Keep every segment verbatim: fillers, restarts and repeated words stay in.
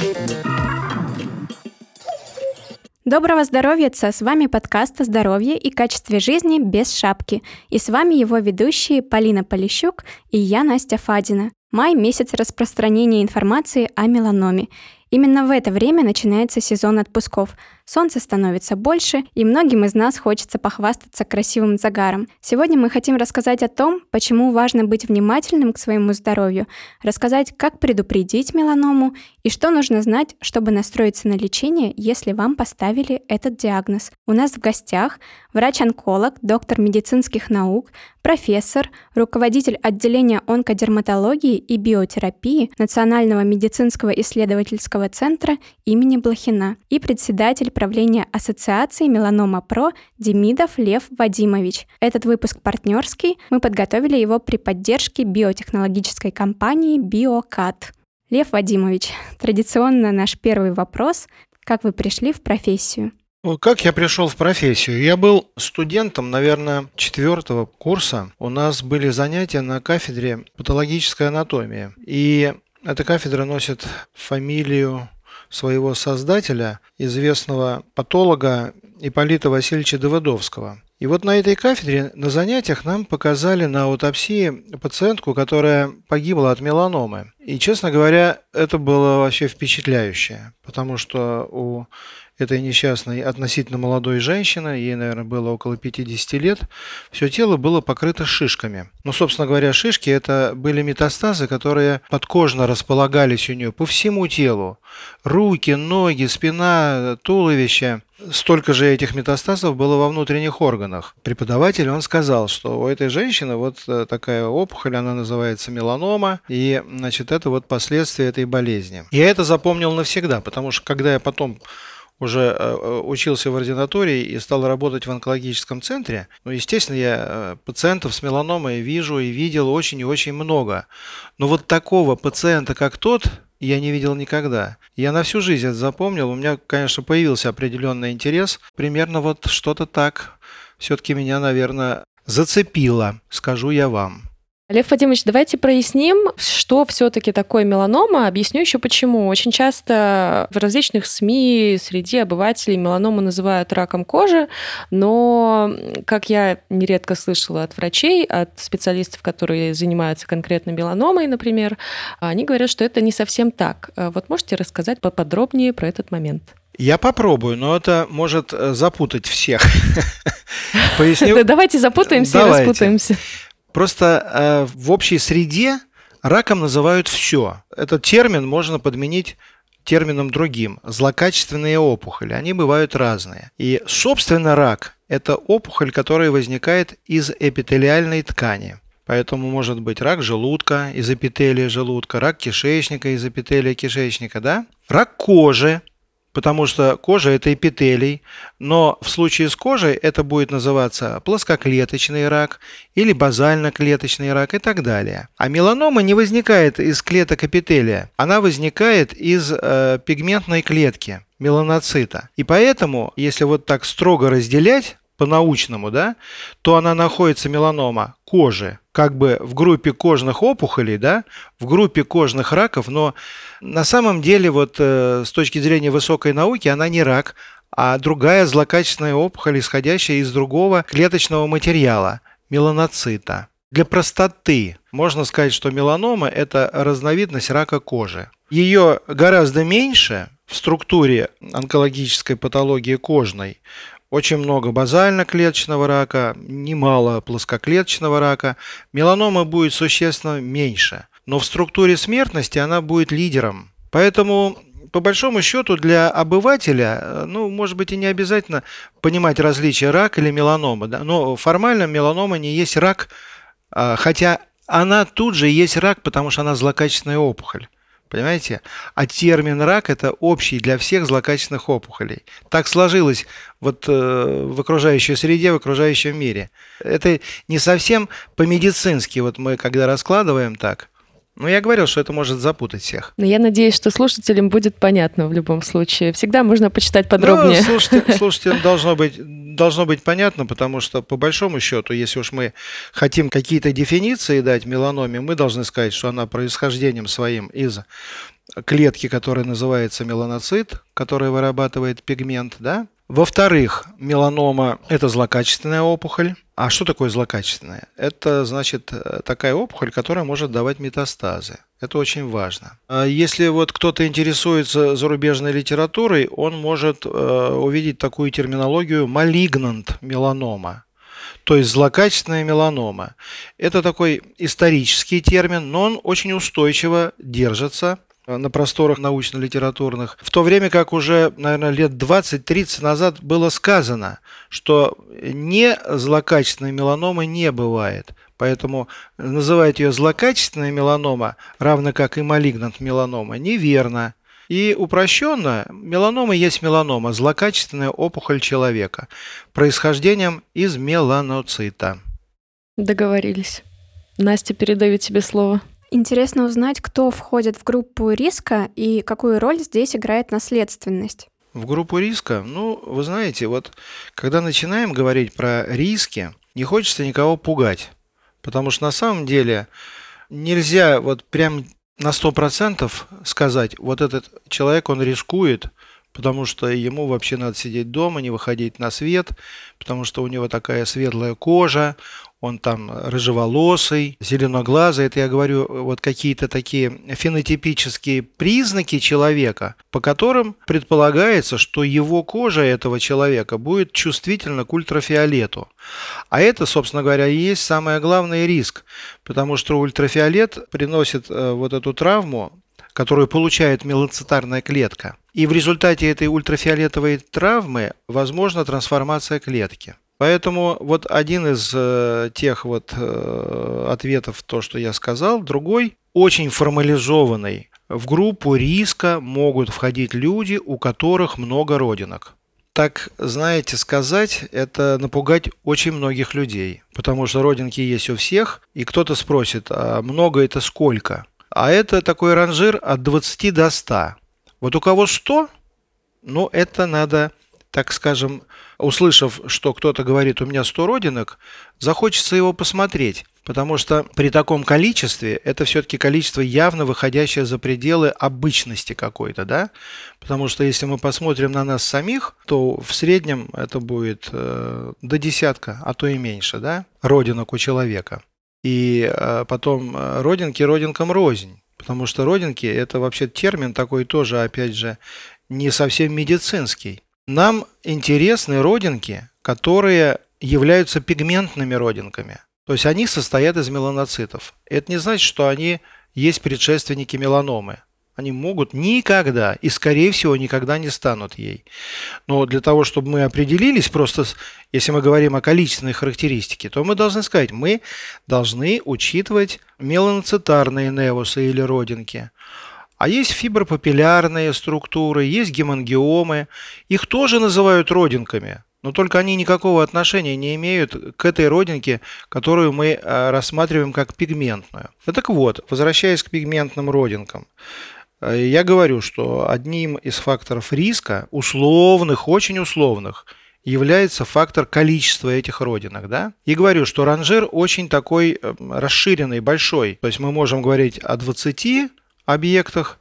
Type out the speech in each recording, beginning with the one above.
Доброго здоровья! С вами подкаст о здоровье и качестве жизни без шапки. И с вами его ведущие Полина Полищук и я, Настя Фадина. Май – месяц распространения информации о меланоме. Именно в это время начинается сезон отпусков. Солнце становится больше, и многим из нас хочется похвастаться красивым загаром. Сегодня мы хотим рассказать о том, почему важно быть внимательным к своему здоровью, рассказать, как предупредить меланому и что нужно знать, чтобы настроиться на лечение, если вам поставили этот диагноз. У нас в гостях врач-онколог, доктор медицинских наук, профессор, руководитель отделения онкодерматологии и биотерапии Национального медицинского исследовательского центра имени Блохина и председатель правления Ассоциации Меланома Про Демидов Лев Вадимович. Этот выпуск партнерский, мы подготовили его при поддержке биотехнологической компании BioCat. Лев Вадимович, традиционно наш первый вопрос: как вы пришли в профессию? Как я пришел в профессию? Я был студентом, наверное, четвертого курса. У нас были занятия на кафедре патологической анатомии. И эта кафедра носит фамилию своего создателя, известного патолога Ипполита Васильевича Давыдовского. И вот на этой кафедре на занятиях нам показали на аутопсии пациентку, которая погибла от меланомы. И, честно говоря, это было вообще впечатляюще, потому что у этой несчастной относительно молодой женщины, ей, наверное, было около пятидесяти лет, все тело было покрыто шишками. Ну, собственно говоря, шишки – это были метастазы, которые подкожно располагались у нее по всему телу. Руки, ноги, спина, туловище. Столько же этих метастазов было во внутренних органах. Преподаватель, он сказал, что у этой женщины вот такая опухоль, она называется меланома, и, значит, это вот последствия этой болезни. Я это запомнил навсегда, потому что когда я потом уже учился в ординатуре и стал работать в онкологическом центре, ну, естественно, я пациентов с меланомой вижу и видел очень и очень много. Но вот такого пациента, как тот, я не видел никогда. Я на всю жизнь это запомнил. У меня, конечно, появился определенный интерес. Примерно вот что-то так все-таки меня, наверное, зацепило, скажу я вам. Лев Вадимович, давайте проясним, что все-таки такое меланома. Объясню еще почему. Очень часто в различных СМИ среди обывателей меланому называют раком кожи, но, как я нередко слышала от врачей, от специалистов, которые занимаются конкретно меланомой, например, они говорят, что это не совсем так. Вот можете рассказать поподробнее про этот момент? Я попробую, но это может запутать всех. Давайте запутаемся и распутаемся. Просто э, в общей среде раком называют все. Этот термин можно подменить термином другим. Злокачественные опухоли. Они бывают разные. И, собственно, рак – это опухоль, которая возникает из эпителиальной ткани. Поэтому может быть рак желудка из эпителия желудка, рак кишечника из эпителия кишечника, да? Рак кожи. Потому что кожа – это эпителий, но в случае с кожей это будет называться плоскоклеточный рак или базально-клеточный рак и так далее. А меланома не возникает из клеток эпителия, она возникает из э, пигментной клетки, меланоцита. И поэтому, если вот так строго разделять, по-научному, да, то она находится, меланома, кожи, как бы в группе кожных опухолей, да, в группе кожных раков, но на самом деле вот э, с точки зрения высокой науки она не рак, а другая злокачественная опухоль, исходящая из другого клеточного материала, меланоцита. Для простоты можно сказать, что меланома – это разновидность рака кожи. Ее гораздо меньше в структуре онкологической патологии кожной. Очень много базально-клеточного рака, немало плоскоклеточного рака. Меланома будет существенно меньше, но в структуре смертности она будет лидером. Поэтому, по большому счету, для обывателя, ну, может быть, и не обязательно понимать различия рак или меланома, да? Но формально меланома не есть рак, хотя она тут же есть рак, потому что она злокачественная опухоль. Понимаете? А термин рак – это общий для всех злокачественных опухолей. Так сложилось вот э, в окружающей среде, в окружающем мире. Это не совсем по-медицински, вот мы когда раскладываем так. Но я говорил, что это может запутать всех. Но я надеюсь, что слушателям будет понятно в любом случае. Всегда можно почитать подробнее. Ну, слушателям, слушателям должно быть, должно быть понятно, потому что, по большому счету, если уж мы хотим какие-то дефиниции дать меланоме, мы должны сказать, что она происхождением своим из клетки, которая называется меланоцит, который вырабатывает пигмент, да. Во-вторых, меланома – это злокачественная опухоль. А что такое злокачественная? Это, значит, такая опухоль, которая может давать метастазы. Это очень важно. Если вот кто-то интересуется зарубежной литературой, он может э, увидеть такую терминологию «малигнант меланома», то есть злокачественная меланома. Это такой исторический термин, но он очень устойчиво держится на просторах научно-литературных. В то время как уже, наверное, лет двадцать-тридцать назад было сказано, что не злокачественной меланомы не бывает. Поэтому называть ее злокачественная меланома, равно как и малигнант меланома, неверно. И упрощенно, меланома есть меланома, злокачественная опухоль человека, происхождением из меланоцита. Договорились. Настя, передаю тебе слово. Интересно узнать, кто входит в группу риска и какую роль здесь играет наследственность. В группу риска, ну, вы знаете, вот когда начинаем говорить про риски, не хочется никого пугать, потому что на самом деле нельзя вот прям на сто процентов сказать, вот этот человек, он рискует, потому что ему вообще надо сидеть дома, не выходить на свет, потому что у него такая светлая кожа, он там рыжеволосый, зеленоглазый. Это я говорю вот какие-то такие фенотипические признаки человека, по которым предполагается, что его кожа этого человека будет чувствительна к ультрафиолету. А это, собственно говоря, и есть самый главный риск, потому что ультрафиолет приносит вот эту травму, которую получает меланоцитарная клетка. И в результате этой ультрафиолетовой травмы возможна трансформация клетки. Поэтому вот один из э, тех вот э, ответов, то, что я сказал, другой, очень формализованный. В группу риска могут входить люди, у которых много родинок. Так, знаете, сказать, это напугать очень многих людей, потому что родинки есть у всех, и кто-то спросит, а много это сколько? А это такой ранжир от двадцати до ста. Вот у кого сто, ну это надо, так скажем, услышав, что кто-то говорит, у меня сто родинок, захочется его посмотреть, потому что при таком количестве, это все-таки количество явно выходящее за пределы обычности какой-то, да, потому что если мы посмотрим на нас самих, то в среднем это будет э, до десятка, а то и меньше, да, родинок у человека. И э, потом родинки родинкам рознь, потому что родинки это вообще термин такой тоже, опять же, не совсем медицинский. Нам интересны родинки, которые являются пигментными родинками. То есть они состоят из меланоцитов. Это не значит, что они есть предшественники меланомы. Они могут никогда и, скорее всего, никогда не станут ей. Но для того, чтобы мы определились, просто если мы говорим о количественной характеристике, то мы должны сказать, мы должны учитывать меланоцитарные невусы или родинки. А есть фибропапиллярные структуры, есть гемангиомы. Их тоже называют родинками, но только они никакого отношения не имеют к этой родинке, которую мы рассматриваем как пигментную. Ну, так вот, возвращаясь к пигментным родинкам, я говорю, что одним из факторов риска, условных, очень условных, является фактор количества этих родинок. Да? И говорю, что ранжир очень такой расширенный, большой. То есть мы можем говорить о двадцати объектах,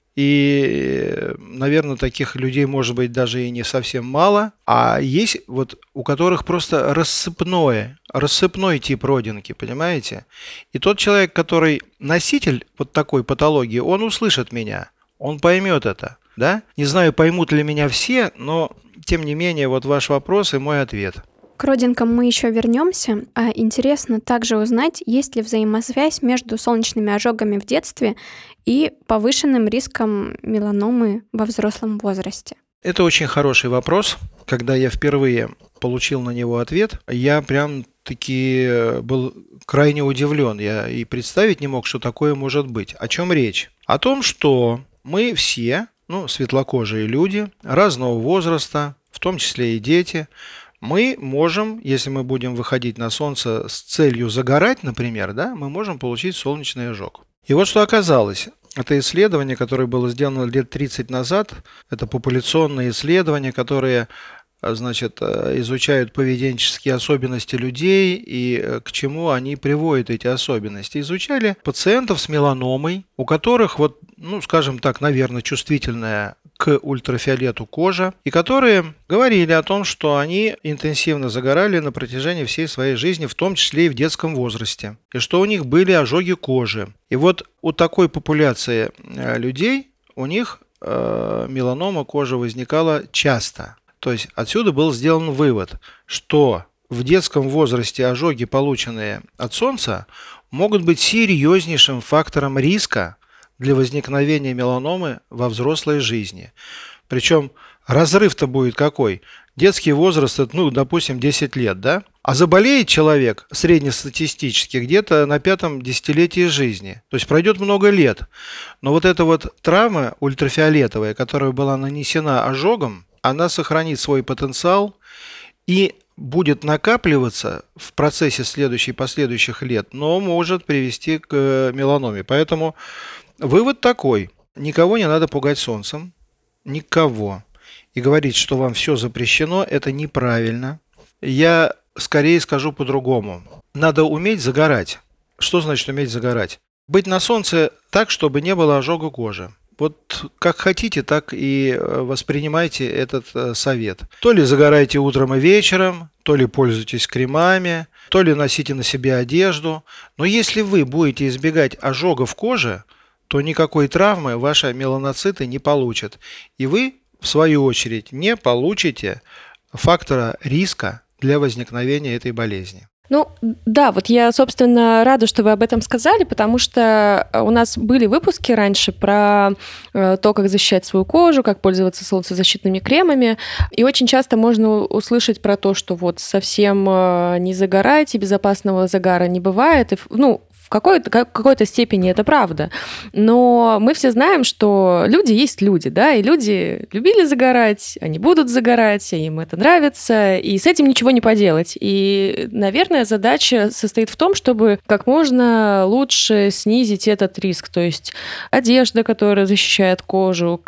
и, наверное, таких людей может быть даже и не совсем мало, а есть вот у которых просто рассыпное, рассыпной тип родинки, понимаете? И тот человек, который носитель вот такой патологии, он услышит меня, он поймет это, да? Не знаю, поймут ли меня все, но, тем не менее, вот ваш вопрос и мой ответ. К родинкам мы еще вернемся, а интересно также узнать, есть ли взаимосвязь между солнечными ожогами в детстве и повышенным риском меланомы во взрослом возрасте. Это очень хороший вопрос. Когда я впервые получил на него ответ, я прям-таки был крайне удивлен. Я и представить не мог, что такое может быть. О чем речь? О том, что мы все, ну, светлокожие люди разного возраста, в том числе и дети, мы можем, если мы будем выходить на солнце с целью загорать, например, да, мы можем получить солнечный ожог. И вот что оказалось. Это исследование, которое было сделано лет тридцать назад, это популяционные исследования, которые значит, изучают поведенческие особенности людей и к чему они приводят эти особенности. Изучали пациентов с меланомой, у которых, вот, ну, скажем так, наверное, чувствительная к ультрафиолету кожа, и которые говорили о том, что они интенсивно загорали на протяжении всей своей жизни, в том числе и в детском возрасте, и что у них были ожоги кожи. И вот у такой популяции людей у них э, меланома кожи возникала часто. То есть отсюда был сделан вывод, что в детском возрасте ожоги, полученные от солнца, могут быть серьезнейшим фактором риска для возникновения меланомы во взрослой жизни. Причем разрыв-то будет какой? Детский возраст, ну, допустим, десять лет, да? А заболеет человек среднестатистически где-то на пятом десятилетии жизни. То есть пройдет много лет. Но вот эта вот травма ультрафиолетовая, которая была нанесена ожогом, она сохранит свой потенциал и будет накапливаться в процессе следующих последующих лет, но может привести к меланоме. Поэтому вывод такой. Никого не надо пугать солнцем. Никого. И говорить, что вам все запрещено, это неправильно. Я скорее скажу по-другому. Надо уметь загорать. Что значит уметь загорать? Быть на солнце так, чтобы не было ожога кожи. Вот как хотите, так и воспринимайте этот совет. То ли загорайте утром и вечером, то ли пользуйтесь кремами, то ли носите на себе одежду. Но если вы будете избегать ожогов кожи, то никакой травмы ваши меланоциты не получат. И вы, в свою очередь, не получите фактора риска для возникновения этой болезни. Ну, да, вот я, собственно, рада, что вы об этом сказали, потому что у нас были выпуски раньше про то, как защищать свою кожу, как пользоваться солнцезащитными кремами, и очень часто можно услышать про то, что вот совсем не загорайте, безопасного загара не бывает, и, ну, в какой-то, какой-то степени это правда. Но мы все знаем, что люди есть люди, да, и люди любили загорать, они будут загорать, им это нравится, и с этим ничего не поделать. И, наверное, задача состоит в том, чтобы как можно лучше снизить этот риск. То есть одежда, которая защищает кожу,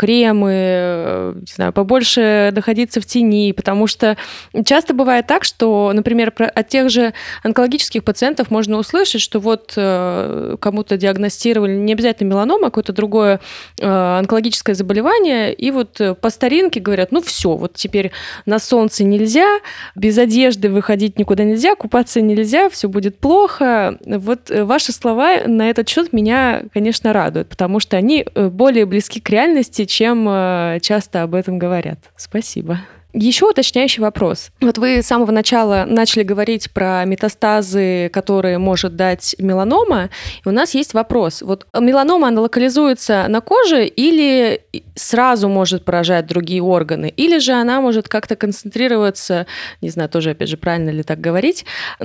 кремы, не знаю, побольше находиться в тени, потому что часто бывает так, что, например, от тех же онкологических пациентов можно услышать, что вот кому-то диагностировали не обязательно меланома, а какое-то другое онкологическое заболевание, и вот по старинке говорят, ну все, вот теперь на солнце нельзя, без одежды выходить никуда нельзя, купаться нельзя, все будет плохо. Вот ваши слова на этот счет меня, конечно, радуют, потому что они более близки к реальности, чем часто об этом говорят. Спасибо. Еще уточняющий вопрос. Вот вы с самого начала начали говорить про метастазы, которые может дать меланома, и у нас есть вопрос. Вот меланома, она локализуется на коже или сразу может поражать другие органы, или же она может как-то концентрироваться, не знаю, тоже, опять же, правильно ли так говорить,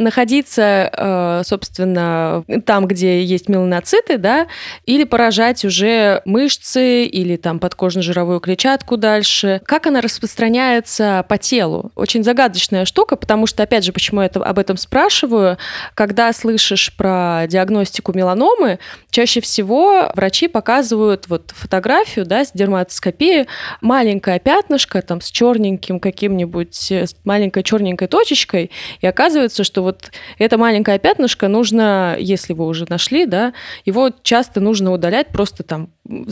находиться, собственно, там, где есть меланоциты, да, или поражать уже мышцы или там подкожно-жировую клетчатку дальше. Как она распространяется по телу? Очень загадочная штука, потому что, опять же, почему я это, об этом спрашиваю, когда слышишь про диагностику меланомы, чаще всего врачи показывают вот фотографию, да, с дерматоскопией, маленькое пятнышко там с черненьким каким-нибудь, с маленькой черненькой точечкой, и оказывается, что вот это маленькое пятнышко нужно, если вы уже нашли, да, его часто нужно удалять, просто там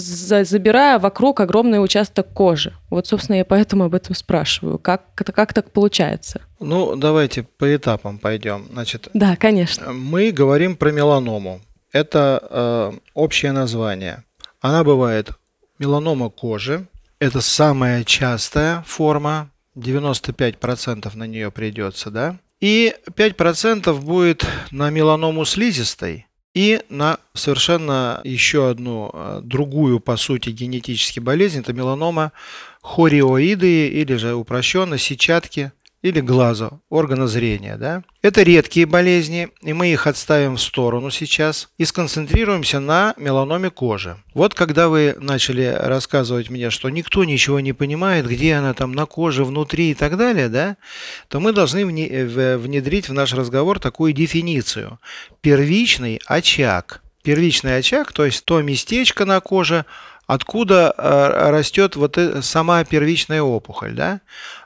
забирая вокруг огромный участок кожи. Вот, собственно, я поэтому об этом спрашиваю. Как, как так получается? Ну, давайте по этапам пойдем. Значит, да, конечно. Мы говорим про меланому. Это э, общее название. Она бывает меланома кожи. Это самая частая форма. девяносто пять процентов на нее придется, да? И пять процентов будет на меланому слизистой. И на совершенно еще одну другую, по сути, генетически болезнь, это меланома хориоидеи, или же упрощенно сетчатки или глаза, органа зрения. Да? Это редкие болезни, и мы их отставим в сторону сейчас и сконцентрируемся на меланоме кожи. Вот когда вы начали рассказывать мне, что никто ничего не понимает, где она там на коже, внутри и так далее, да, то мы должны внедрить в наш разговор такую дефиницию. Первичный очаг. Первичный очаг, то есть то местечко на коже, откуда растет вот сама первичная опухоль, да?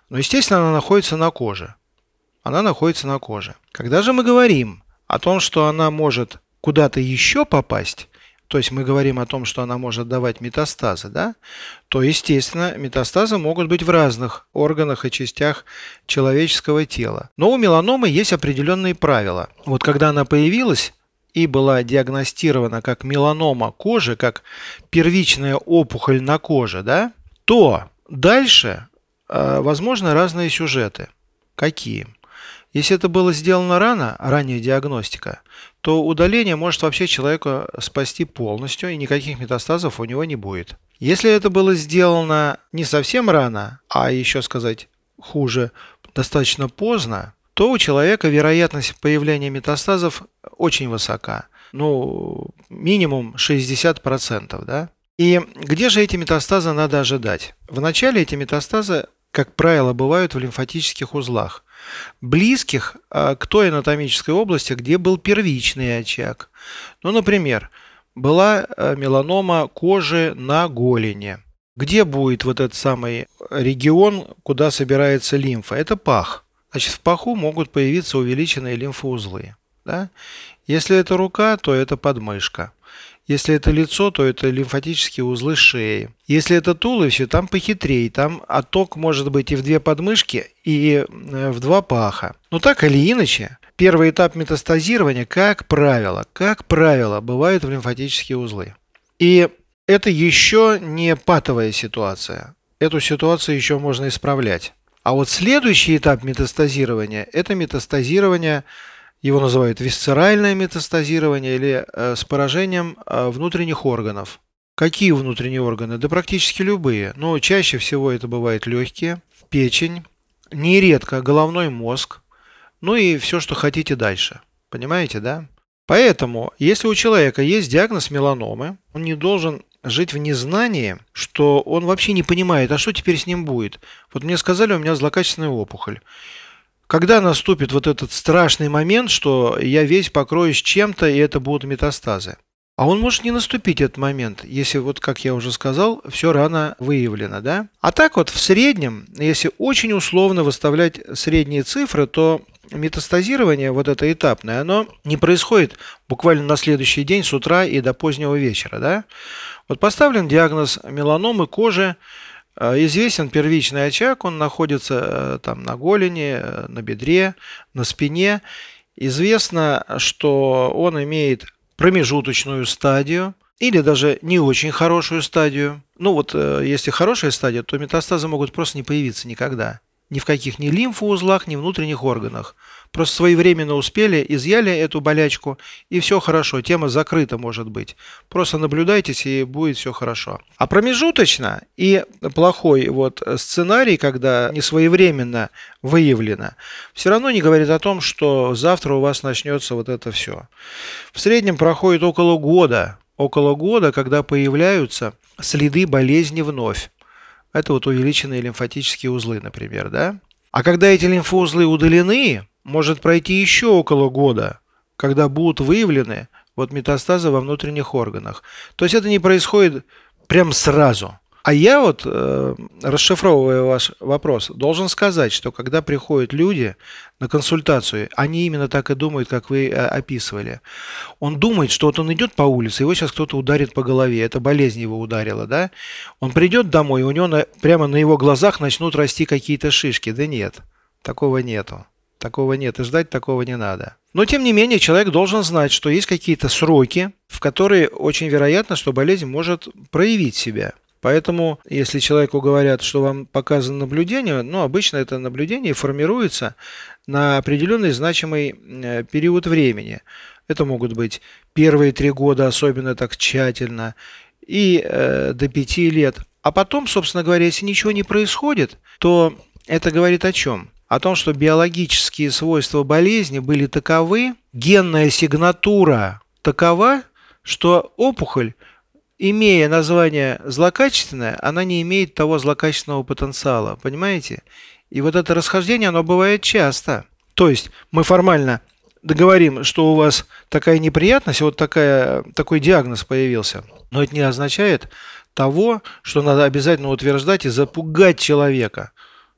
Но, естественно, она находится на коже. Она находится на коже. Когда же мы говорим о том, что она может куда-то еще попасть, то есть мы говорим о том, что она может давать метастазы, да, то, естественно, метастазы могут быть в разных органах и частях человеческого тела. Но у меланомы есть определенные правила. Вот когда она появилась и была диагностирована как меланома кожи, как первичная опухоль на коже, да, то дальше э, возможны разные сюжеты. Какие? Если это было сделано рано, ранняя диагностика, то удаление может вообще человека спасти полностью, и никаких метастазов у него не будет. Если это было сделано не совсем рано, а еще сказать хуже, достаточно поздно, то у человека вероятность появления метастазов очень высока. Ну, минимум шестьдесят процентов, да? И где же эти метастазы надо ожидать? Вначале эти метастазы, как правило, бывают в лимфатических узлах, близких к той анатомической области, где был первичный очаг. Ну, например, была меланома кожи на голени. Где будет вот этот самый регион, куда собирается лимфа? Это пах. Значит, в паху могут появиться увеличенные лимфоузлы. Да? Если это рука, то это подмышка. Если это лицо, то это лимфатические узлы шеи. Если это туловище, там похитрее. Там отток может быть и в две подмышки, и в два паха. Но так или иначе, первый этап метастазирования, как правило, как правило, бывает в лимфатические узлы. И это еще не патовая ситуация. Эту ситуацию еще можно исправлять. А вот следующий этап метастазирования – это метастазирование, его называют висцеральное метастазирование или э, с поражением э, внутренних органов. Какие внутренние органы? Да практически любые. Но чаще всего это бывает легкие, печень, нередко головной мозг, ну и все, что хотите дальше. Понимаете, да? Поэтому, если у человека есть диагноз меланомы, он не должен жить в незнании, что он вообще не понимает, а что теперь с ним будет. Вот мне сказали, у меня злокачественная опухоль. Когда наступит вот этот страшный момент, что я весь покроюсь чем-то, и это будут метастазы? А он может не наступить этот момент, если, вот как я уже сказал, все рано выявлено, да? А так вот в среднем, если очень условно выставлять средние цифры, то метастазирование, вот это этапное, оно не происходит буквально на следующий день с утра и до позднего вечера, да? Вот поставлен диагноз меланомы кожи, известен первичный очаг, он находится там на голени, на бедре, на спине. Известно, что он имеет промежуточную стадию или даже не очень хорошую стадию. Ну вот, если хорошая стадия, то метастазы могут просто не появиться никогда. Ни в каких ни лимфоузлах, ни внутренних органах. Просто своевременно успели, изъяли эту болячку, и все хорошо, тема закрыта может быть. Просто наблюдайтесь, и будет все хорошо. А промежуточно и плохой вот сценарий, когда не своевременно выявлено, все равно не говорит о том, что завтра у вас начнется вот это все. В среднем проходит около года, около года, когда появляются следы болезни вновь. Это вот увеличенные лимфатические узлы, например, да? А когда эти лимфоузлы удалены, может пройти еще около года, когда будут выявлены вот метастазы во внутренних органах. То есть это не происходит прям сразу. А я вот, э, расшифровывая ваш вопрос, должен сказать, что когда приходят люди на консультацию, они именно так и думают, как вы описывали. Он думает, что вот он идет по улице, его сейчас кто-то ударит по голове, эта болезнь его ударила, да? Он придет домой, и у него на, прямо на его глазах начнут расти какие-то шишки. Да нет, такого нету. Такого нет, и ждать такого не надо. Но, тем не менее, человек должен знать, что есть какие-то сроки, в которые очень вероятно, что болезнь может проявить себя. Поэтому, если человеку говорят, что вам показано наблюдение, ну, обычно это наблюдение формируется на определенный значимый период времени. Это могут быть первые три года, особенно так тщательно, и э, до пяти лет. А потом, собственно говоря, если ничего не происходит, то это говорит о чем? О том, что биологические свойства болезни были таковы, генная сигнатура такова, что опухоль, имея название злокачественная, она не имеет того злокачественного потенциала, понимаете? И вот это расхождение, оно бывает часто. То есть мы формально договорим, что у вас такая неприятность, вот такая, такой диагноз появился, но это не означает того, что надо обязательно утверждать и запугать человека.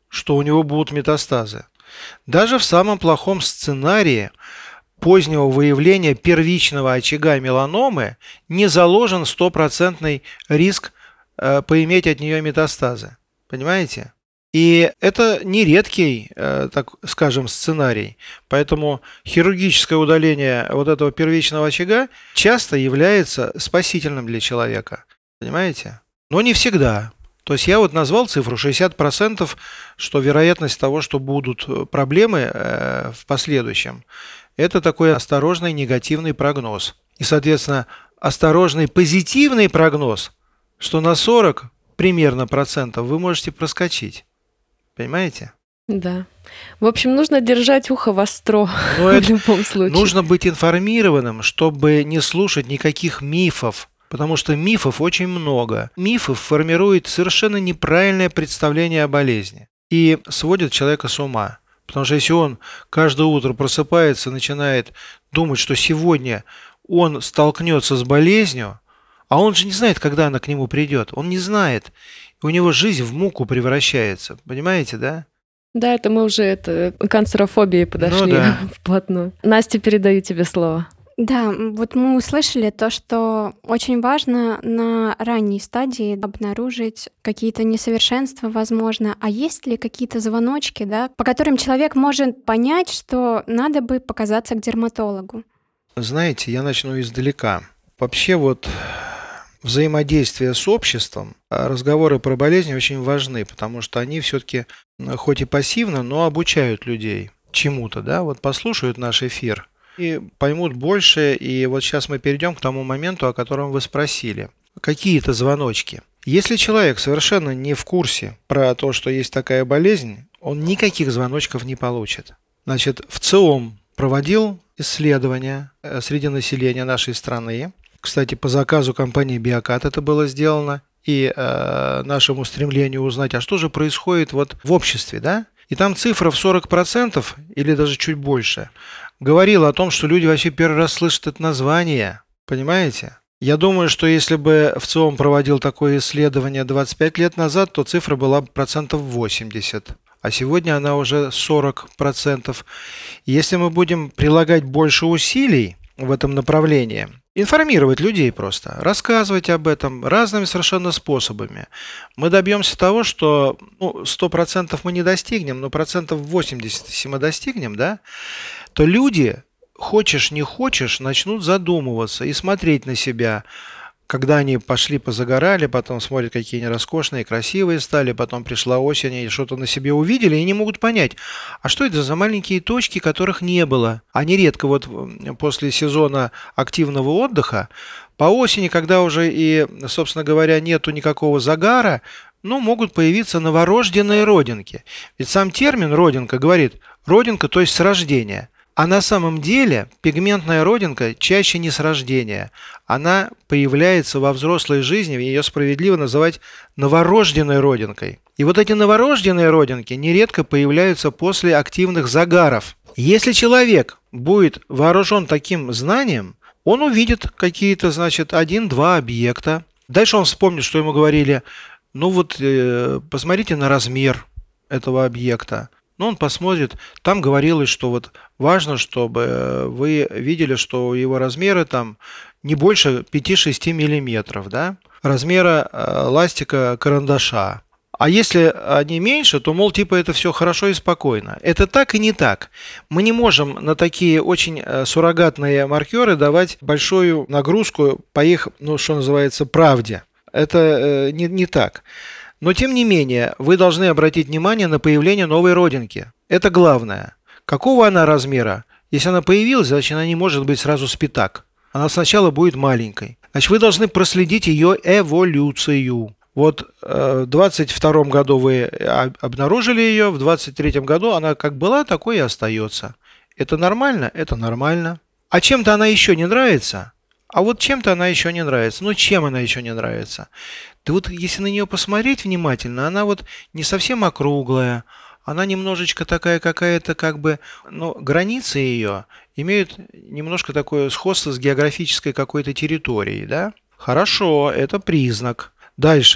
что у него будут метастазы. Даже в самом плохом сценарии позднего выявления первичного очага меланомы не заложен стопроцентный риск э, поиметь от нее метастазы. Понимаете? И это не редкий, э, так скажем, сценарий. Поэтому хирургическое удаление вот этого первичного очага часто является спасительным для человека. Понимаете? Но не всегда. То есть я вот назвал цифру шестьдесят процентов, что вероятность того, что будут проблемы э, в последующем, это такой осторожный негативный прогноз. И, соответственно, осторожный позитивный прогноз, что на сорок примерно процентов вы можете проскочить. Понимаете? Да. В общем, нужно держать ухо востро Но в это любом случае. нужно быть информированным, чтобы не слушать никаких мифов, потому что мифов очень много. Мифы формируют совершенно неправильное представление о болезни и сводят человека с ума. Потому что если он каждое утро просыпается, начинает думать, что сегодня он столкнется с болезнью, а он же не знает, когда она к нему придет. Он не знает. И у него жизнь в муку превращается. Понимаете, да? Да, это мы уже это, к канцерофобии подошли Ну да. вплотную. Настя, передаю тебе слово. Да, вот мы услышали то, что очень важно на ранней стадии обнаружить какие-то несовершенства, возможно. А есть ли какие-то звоночки, да, по которым человек может понять, что надо бы показаться к дерматологу? Знаете, я начну издалека. Вообще вот взаимодействие с обществом, разговоры про болезни очень важны, потому что они все-таки, хоть и пассивно, но обучают людей чему-то, да, вот послушают наш эфир и поймут больше. И вот сейчас мы перейдем к тому моменту, о котором вы спросили. Какие-то звоночки. Если человек совершенно не в курсе про то, что есть такая болезнь, он никаких звоночков не получит. Значит, ВЦИОМ проводил исследования среди населения нашей страны. Кстати, по заказу компании Биокат это было сделано. И э, нашему стремлению узнать, а что же происходит вот в обществе, да? И там цифра в сорок процентов или даже чуть больше говорила о том, что люди вообще первый раз слышат это название. Понимаете? Я думаю, что если бы ВЦИОМ проводил такое исследование двадцать пять лет назад, то цифра была бы процентов восемьдесят. А сегодня она уже сорок процентов. Если мы будем прилагать больше усилий в этом направлении, информировать людей просто, рассказывать об этом разными совершенно способами, мы добьемся того, что ну, сто процентов мы не достигнем, но процентов восемьдесят, если мы достигнем, да, то люди, хочешь не хочешь, начнут задумываться и смотреть на себя. Когда они пошли, позагорали, потом смотрят, какие они роскошные, красивые стали, потом пришла осень, и что-то на себе увидели, и не могут понять, а что это за маленькие точки, которых не было. Они редко вот после сезона активного отдыха, по осени, когда уже и, собственно говоря, нету никакого загара, ну, могут появиться новорожденные родинки. Ведь сам термин «родинка» говорит «родинка», то есть с рождения. А на самом деле пигментная родинка чаще не с рождения. Она появляется во взрослой жизни, ее справедливо называть новорожденной родинкой. И вот эти новорожденные родинки нередко появляются после активных загаров. Если человек будет вооружен таким знанием, он увидит какие-то, значит, один-два объекта. Дальше он вспомнит, что ему говорили, ну вот э, посмотрите на размер этого объекта. Но он посмотрит, там говорилось, что вот важно, чтобы вы видели, что его размеры там не больше пяти-шести миллиметров, да, размера э, ластика карандаша. А если они меньше, то, мол, типа это все хорошо и спокойно. Это так и не так. Мы не можем на такие очень суррогатные маркеры давать большую нагрузку по их, ну, что называется, правде. Это э, не, не так. Но, тем не менее, вы должны обратить внимание на появление новой родинки. Это главное. Какого она размера? Если она появилась, значит, она не может быть сразу с пятак. Она сначала будет маленькой. Значит, вы должны проследить ее эволюцию. Вот э, в двадцать втором году вы обнаружили ее, в двадцать третьем году она как была, такой и остается. Это нормально? Это нормально. А чем-то она еще не нравится? А вот чем-то она еще не нравится. Ну, чем она еще не нравится? Да вот если на нее посмотреть внимательно, она вот не совсем округлая, она немножечко такая какая-то как бы, ну, границы ее имеют немножко такое сходство с географической какой-то территорией, да? Хорошо, это признак. Дальше.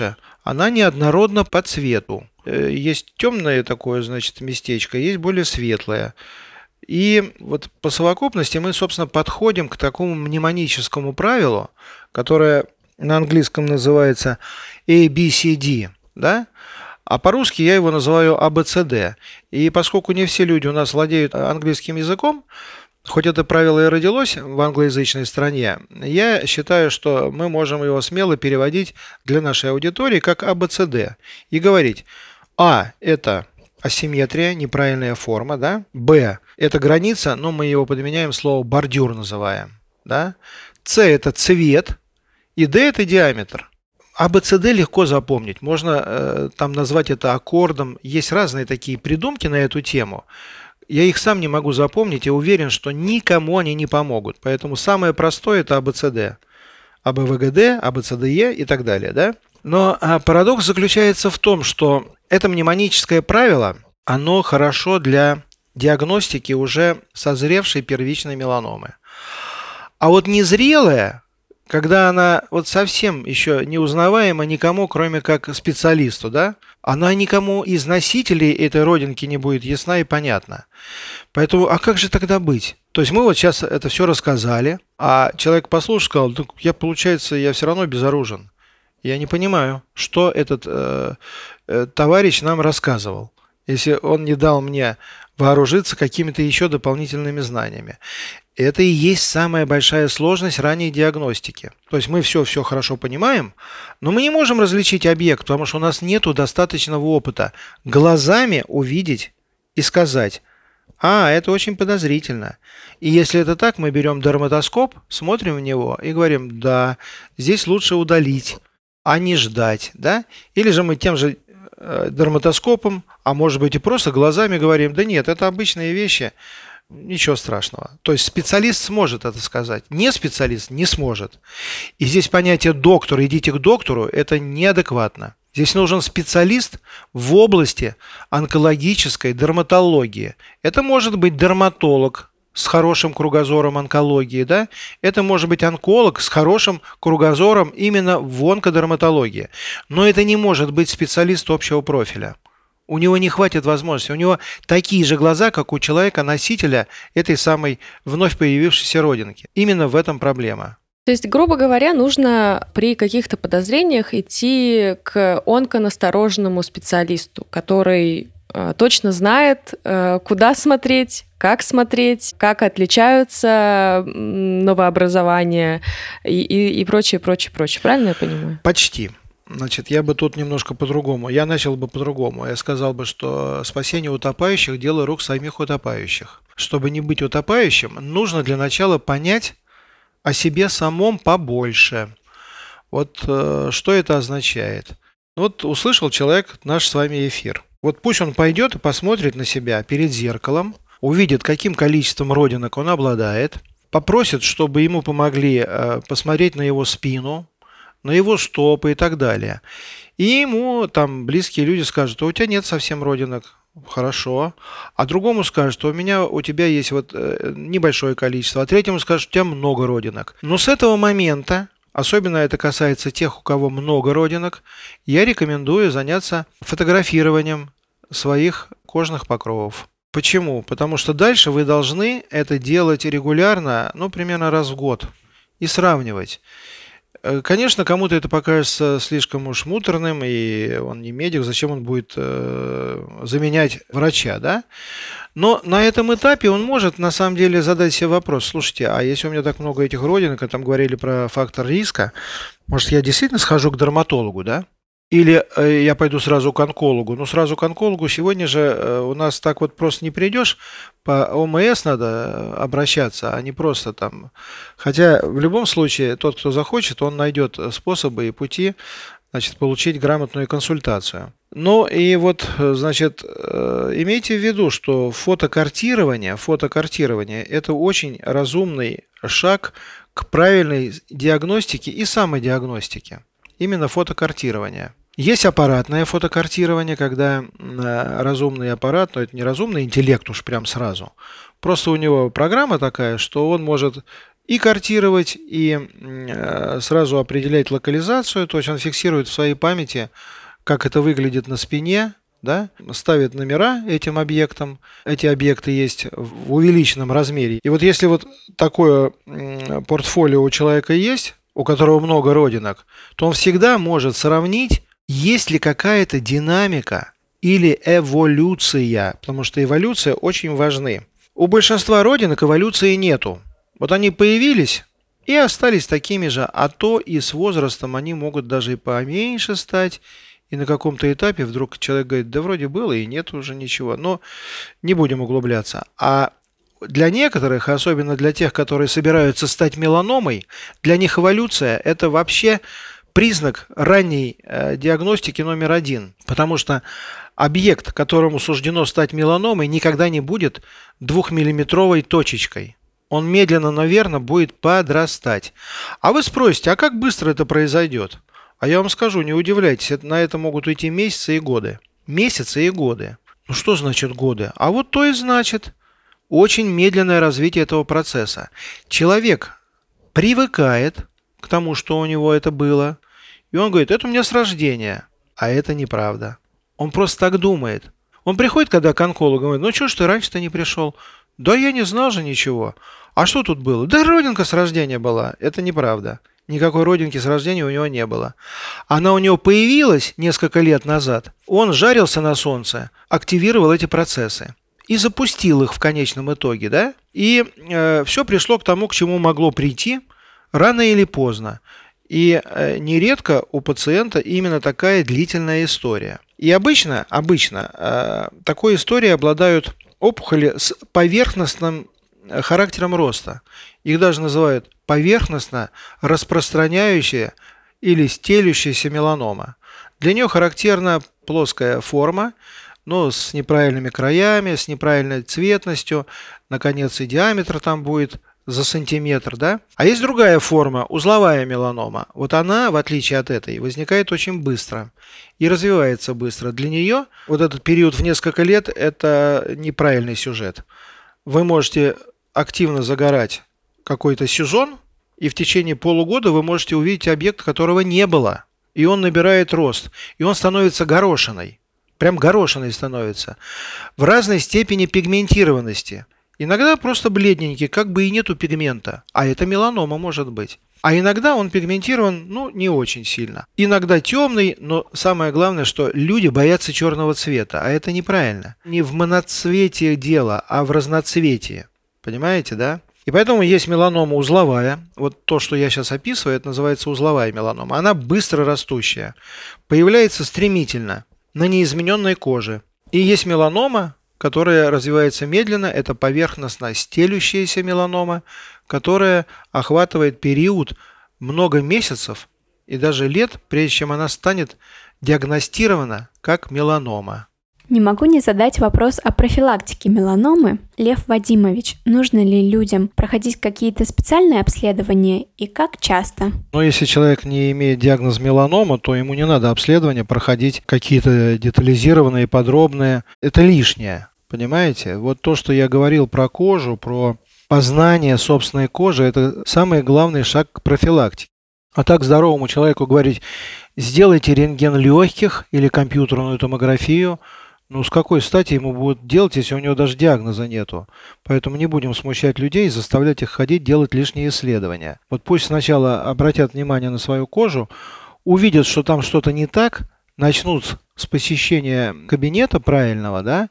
она неоднородна по цвету. Есть темное такое, значит, местечко, есть более светлое. И вот по совокупности мы, собственно, подходим к такому мнемоническому правилу, которое на английском называется A B C D, да? А по-русски я его называю A B C D. И поскольку не все люди у нас владеют английским языком, хоть это правило и родилось в англоязычной стране, я считаю, что мы можем его смело переводить для нашей аудитории как A B C D и говорить: А – это асимметрия, неправильная форма, да? Б – это граница, но мы его подменяем, слово бордюр называем, да? С – это цвет, и Д – это диаметр. А, Б, С, Д легко запомнить. Можно э, там назвать это аккордом. Есть разные такие придумки на эту тему. Я их сам не могу запомнить и уверен, что никому они не помогут. Поэтому самое простое – это А, Б, С, Д. А, Б, В, Г, Д, А, Б, С, Д, Е и так далее. Да? Но а, парадокс заключается в том, что это мнемоническое правило, оно хорошо для диагностики уже созревшей первичной меланомы. А вот незрелая, когда она вот совсем еще не узнаваема никому, кроме как специалисту, да, она никому из носителей этой родинки не будет ясна и понятна. Поэтому, а как же тогда быть? То есть мы вот сейчас это все рассказали, а человек послушал, сказал: ну, я, получается, я все равно безоружен. Я не понимаю, что этот э, э, товарищ нам рассказывал, если он не дал мне вооружиться какими-то еще дополнительными знаниями. Это и есть самая большая сложность ранней диагностики. То есть мы все-все хорошо понимаем, но мы не можем различить объект, потому что у нас нет достаточного опыта глазами увидеть и сказать: а, это очень подозрительно. И если это так, мы берем дерматоскоп, смотрим в него и говорим: да, здесь лучше удалить, а не ждать. Да? Или же мы тем же дерматоскопом, а может быть и просто глазами говорим: да нет, это обычные вещи, ничего страшного. То есть специалист сможет это сказать, не специалист не сможет. И здесь понятие доктор, идите к доктору, это неадекватно. Здесь нужен специалист в области онкологической дерматологии. Это может быть дерматолог с хорошим кругозором онкологии, да? Это может быть онколог с хорошим кругозором именно в онкодерматологии. Но это не может быть специалист общего профиля. У него не хватит возможности. У него такие же глаза, как у человека-носителя этой самой вновь появившейся родинки. Именно в этом проблема. То есть, грубо говоря, нужно при каких-то подозрениях идти к онконастороженному специалисту, который э, точно знает, э, куда смотреть, как смотреть, как отличаются новообразования и, и, и прочее, прочее, прочее. Правильно я понимаю? Почти. Значит, я бы тут немножко по-другому. Я начал бы по-другому. Я сказал бы, что спасение утопающих – дело рук самих утопающих. Чтобы не быть утопающим, нужно для начала понять о себе самом побольше. Вот э, что это означает? Вот услышал человек наш с вами эфир. Вот пусть он пойдет и посмотрит на себя перед зеркалом, увидит, каким количеством родинок он обладает, попросит, чтобы ему помогли э, посмотреть на его спину, на его стопы и так далее. И ему там близкие люди скажут: а у тебя нет совсем родинок. Хорошо. А другому скажут: что у меня, у тебя есть вот э, небольшое количество. А третьему скажут: у тебя много родинок. Но с этого момента, особенно это касается тех, у кого много родинок, я рекомендую заняться фотографированием своих кожных покровов. Почему? Потому что дальше вы должны это делать регулярно, ну, примерно раз в год, и сравнивать. Конечно, кому-то это покажется слишком уж муторным, и он не медик, зачем он будет э, заменять врача, да? Но на этом этапе он может на самом деле задать себе вопрос: слушайте, а если у меня так много этих родинок, а там говорили про фактор риска, может, я действительно схожу к дерматологу, да? Или э, я пойду сразу к онкологу. Ну, сразу к онкологу сегодня же э, у нас так вот просто не придешь. По О М С надо обращаться, а не просто там. Хотя в любом случае тот, кто захочет, он найдет способы и пути, значит, получить грамотную консультацию. Ну и вот, значит, э, имейте в виду, что фотокартирование, фотокартирование – это очень разумный шаг к правильной диагностике и самодиагностике. Именно фотокартирование. Есть аппаратное фотокартирование, когда разумный аппарат, но это не разумный интеллект уж прям сразу. Просто у него программа такая, что он может и картировать, и э, сразу определять локализацию, то есть он фиксирует в своей памяти, как это выглядит на спине, да, ставит номера этим объектам. Эти объекты есть в увеличенном размере. И вот если вот такое портфолио у человека есть, у которого много родинок, то он всегда может сравнить, есть ли какая-то динамика или эволюция, потому что эволюция очень важны. У большинства родинок эволюции нету. Вот они появились и остались такими же, а то и с возрастом они могут даже и поменьше стать, и на каком-то этапе вдруг человек говорит, да вроде было и нет уже ничего, но не будем углубляться. А для некоторых, особенно для тех, которые собираются стать меланомой, для них эволюция – это вообще признак ранней э, диагностики номер один, потому что объект, которому суждено стать меланомой, никогда не будет двухмиллиметровой точечкой. Он медленно, но верно будет подрастать. А вы спросите, а как быстро это произойдет? А я вам скажу, не удивляйтесь, это, на это могут уйти месяцы и годы. Месяцы и годы. Ну что значит годы? А вот то и значит очень медленное развитие этого процесса. Человек привыкает к тому, что у него это было, и он говорит, это у меня с рождения. А это неправда. Он просто так думает. Он приходит, когда к онкологу, говорит, ну что ж ты раньше-то не пришел? Да я не знал же ничего. А что тут было? Да родинка с рождения была. Это неправда. Никакой родинки с рождения у него не было. Она у него появилась несколько лет назад. Он жарился на солнце, активировал эти процессы и запустил их в конечном итоге, да? И э, все пришло к тому, к чему могло прийти рано или поздно. И э, нередко у пациента именно такая длительная история. И обычно, обычно э, такой историей обладают опухоли с поверхностным характером роста. Их даже называют поверхностно распространяющая или стелющаяся меланома. Для нее характерна плоская форма, но с неправильными краями, с неправильной цветностью, наконец и диаметр там будет за сантиметр, да? А есть другая форма, узловая меланома. Вот она, в отличие от этой, возникает очень быстро и развивается быстро. Для нее вот этот период в несколько лет – это неправильный сюжет. Вы можете активно загорать какой-то сезон, и в течение полугода вы можете увидеть объект, которого не было. И он набирает рост. И он становится горошиной. Прям горошиной становится. В разной степени пигментированности. Иногда просто бледненький, как бы и нету пигмента. А это меланома может быть. А иногда он пигментирован, ну, не очень сильно. Иногда темный, но самое главное, что люди боятся черного цвета. А это неправильно. Не в моноцветии дело, а в разноцветии. Понимаете, да? И поэтому есть меланома узловая. Вот то, что я сейчас описываю, это называется узловая меланома. Она быстро растущая. Появляется стремительно на неизмененной коже. И есть меланома, которая развивается медленно. Это поверхностно стелющаяся меланома, которая охватывает период много месяцев и даже лет, прежде чем она станет диагностирована как меланома. Не могу не задать вопрос о профилактике меланомы. Лев Вадимович, нужно ли людям проходить какие-то специальные обследования и как часто? Но если человек не имеет диагноз меланома, то ему не надо обследования проходить какие-то детализированные, подробные. Это лишнее, понимаете? Вот то, что я говорил про кожу, про познание собственной кожи, это самый главный шаг к профилактике. А так здоровому человеку говорить, сделайте рентген легких или компьютерную томографию, ну, с какой стати ему будут делать, если у него даже диагноза нету? Поэтому не будем смущать людей и заставлять их ходить делать лишние исследования. Вот пусть сначала обратят внимание на свою кожу, увидят, что там что-то не так, начнут с посещения кабинета правильного, да,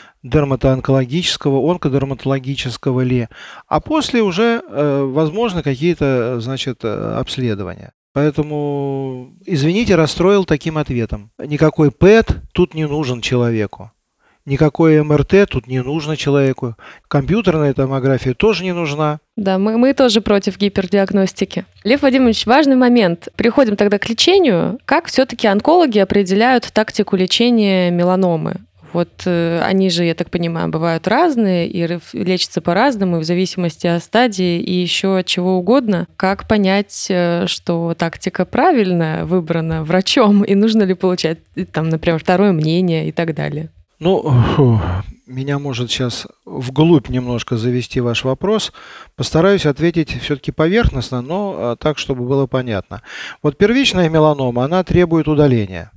дерматоонкологического, онкодерматологического ли, а после уже, э, возможно, какие-то, значит, обследования. Поэтому, извините, расстроил таким ответом. Никакой ПЭТ тут не нужен человеку. Никакой МРТ тут не нужно человеку. Компьютерная томография тоже не нужна. Да, мы, мы тоже против гипердиагностики. Лев Вадимович, важный момент. Переходим тогда к лечению. Как все-таки онкологи определяют тактику лечения меланомы? Вот э, они же, я так понимаю, бывают разные и лечатся по-разному, в зависимости от стадии и еще от чего угодно. Как понять, что тактика правильно выбрана врачом и нужно ли получать, там, например, второе мнение и так далее? Ну, фу, меня может сейчас вглубь немножко завести ваш вопрос. Постараюсь ответить все-таки поверхностно, но а, так, чтобы было понятно. Вот первичная меланома, она требует удаления.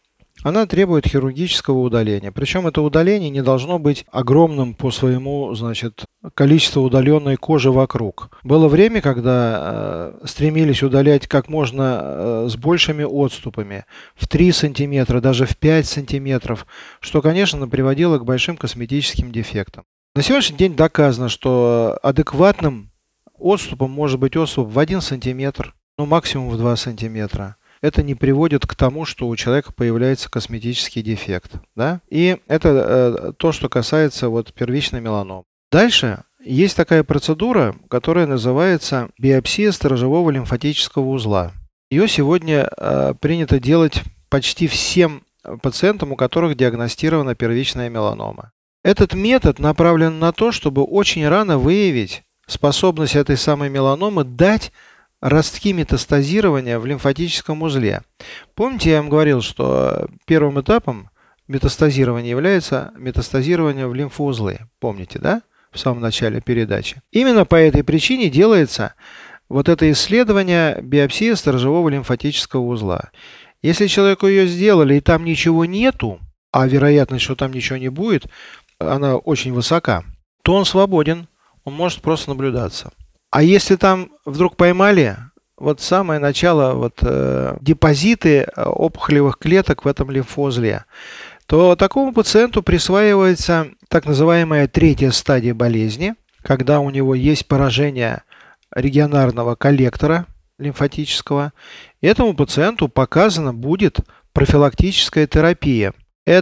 Она требует хирургического удаления. Причем это удаление не должно быть огромным по своему, значит, количеству удаленной кожи вокруг. Было время, когда э, стремились удалять как можно э, с большими отступами, в три сантиметра, даже в пять сантиметров, что, конечно, приводило к большим косметическим дефектам. На сегодняшний день доказано, что адекватным отступом может быть отступ в один сантиметр, ну максимум в два сантиметра. Это не приводит к тому, что у человека появляется косметический дефект. Да? И это э, то, что касается вот, первичной меланомы. Дальше есть такая процедура, которая называется биопсия сторожевого лимфатического узла. Ее сегодня э, принято делать почти всем пациентам, у которых диагностирована первичная меланома. Этот метод направлен на то, чтобы очень рано выявить способность этой самой меланомы дать ростки метастазирования в лимфатическом узле. Помните, я вам говорил, что первым этапом метастазирования является метастазирование в лимфоузлы. Помните, да? В самом начале передачи. Именно по этой причине делается вот это исследование биопсии сторожевого лимфатического узла. Если человеку ее сделали и там ничего нету, а вероятность, что там ничего не будет, она очень высока, то он свободен, он может просто наблюдаться. А если там вдруг поймали вот самое начало вот, э, депозиты опухолевых клеток в этом лимфоузле, то такому пациенту присваивается так называемая третья стадия болезни, когда у него есть поражение регионарного коллектора лимфатического. И этому пациенту показана будет профилактическая терапия.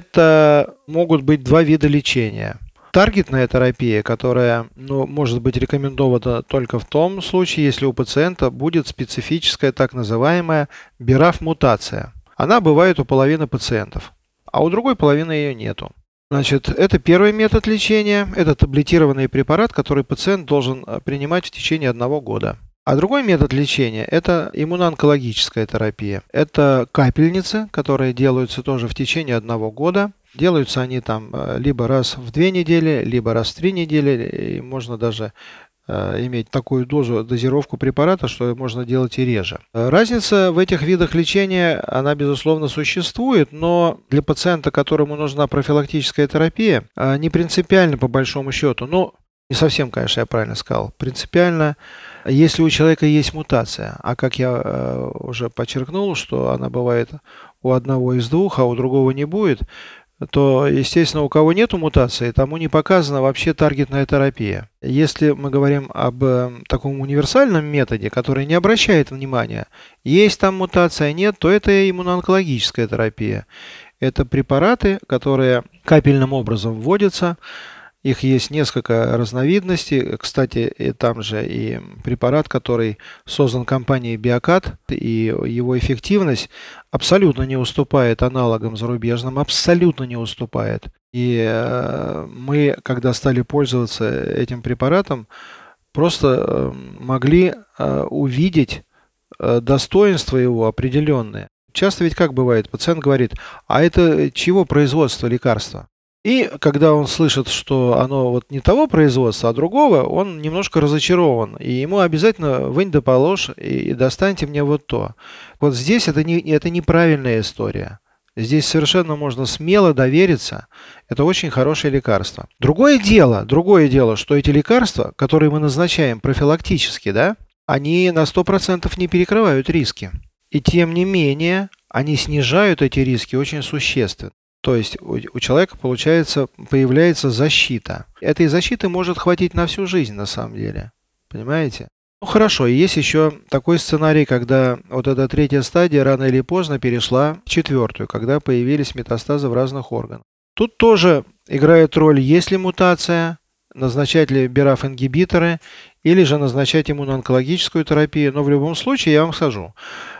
Это могут быть два вида лечения. Таргетная терапия, которая ну, может быть рекомендована только в том случае, если у пациента будет специфическая так называемая би ар эф-мутация. Она бывает у половины пациентов, а у другой половины ее нету. Значит, это первый метод лечения, это таблетированный препарат, который пациент должен принимать в течение одного года. А другой метод лечения – это иммуноонкологическая терапия. Это капельницы, которые делаются тоже в течение одного года. Делаются они там либо раз в две недели, либо раз в три недели. И можно даже э, иметь такую дозу, дозировку препарата, что можно делать и реже. Разница в этих видах лечения, она безусловно существует, но для пациента, которому нужна профилактическая терапия, не принципиально по большому счету. Ну, не совсем, конечно, я правильно сказал. Принципиально, если у человека есть мутация, а как я э, уже подчеркнул, что она бывает у одного из двух, а у другого не будет, то, естественно, у кого нету мутации, тому не показана вообще таргетная терапия. Если мы говорим об э, таком универсальном методе, который не обращает внимания, есть там мутация, нет, то это иммуноонкологическая терапия. Это препараты, которые капельным образом вводятся. Их есть несколько разновидностей. Кстати, и там же и препарат, который создан компанией Биокат, и его эффективность абсолютно не уступает аналогам зарубежным, абсолютно не уступает. И э, мы, когда стали пользоваться этим препаратом, просто э, могли э, увидеть э, достоинства его определенные. Часто ведь как бывает, пациент говорит, а это чего производство лекарства? И когда он слышит, что оно вот не того производства, а другого, он немножко разочарован. И ему обязательно вынь да положь и достаньте мне вот то. Вот здесь это, не, это неправильная история. Здесь совершенно можно смело довериться. Это очень хорошее лекарство. Другое дело, другое дело, что эти лекарства, которые мы назначаем профилактически, да, они на сто процентов не перекрывают риски. И тем не менее, они снижают эти риски очень существенно. То есть у, у человека, получается, появляется защита. Этой защиты может хватить на всю жизнь, на самом деле. Понимаете? Ну хорошо, и есть еще такой сценарий, когда вот эта третья стадия рано или поздно перешла в четвертую, когда появились метастазы в разных органах. Тут тоже играет роль, есть ли мутация, назначать ли би ар эф-ингибиторы, или же назначать иммуноонкологическую терапию. Но в любом случае я вам скажу.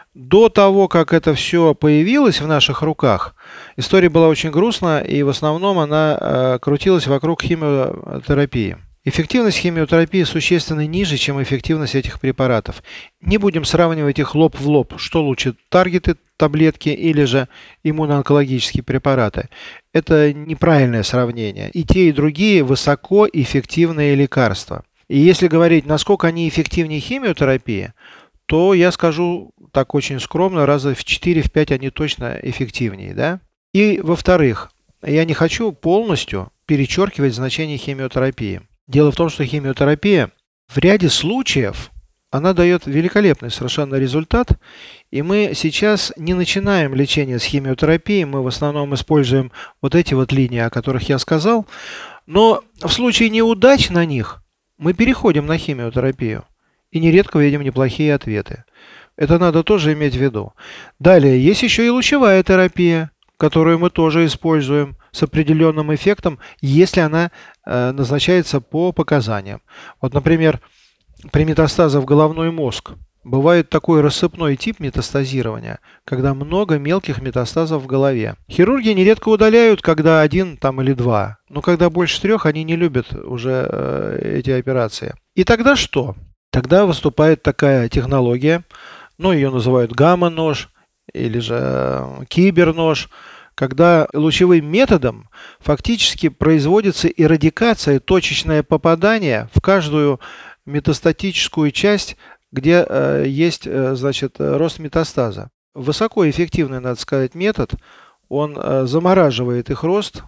До того, как это все появилось в наших руках, история была очень грустная, и в основном она э, крутилась вокруг химиотерапии. Эффективность химиотерапии существенно ниже, чем эффективность этих препаратов. Не будем сравнивать их лоб в лоб, что лучше, таргеты, таблетки или же иммуноонкологические препараты. Это неправильное сравнение. И те, и другие высокоэффективные лекарства. И если говорить, насколько они эффективнее химиотерапии, то я скажу так очень скромно, раза в четыре-пять они точно эффективнее. Да? И во-вторых, я не хочу полностью перечеркивать значение химиотерапии. Дело в том, что химиотерапия в ряде случаев, она дает великолепный совершенно результат, и мы сейчас не начинаем лечение с химиотерапии, мы в основном используем вот эти вот линии, о которых я сказал, но в случае неудач на них мы переходим на химиотерапию и нередко видим неплохие ответы. Это надо тоже иметь в виду. Далее, есть еще и лучевая терапия, которую мы тоже используем с определенным эффектом, если она э, назначается по показаниям. Вот, например, при метастазах в головной мозг бывает такой рассыпной тип метастазирования, когда много мелких метастазов в голове. Хирурги нередко удаляют, когда один там, или два, но когда больше трех, они не любят уже э, эти операции. И тогда что? Тогда выступает такая технология, ну, ее называют гамма-нож или же э, кибернож, когда лучевым методом фактически производится эрадикация, точечное попадание в каждую метастатическую часть, где э, есть, э, значит, рост метастаза. Высокоэффективный, надо сказать, метод. Он э, замораживает их рост,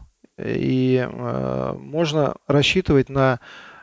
и э, можно рассчитывать на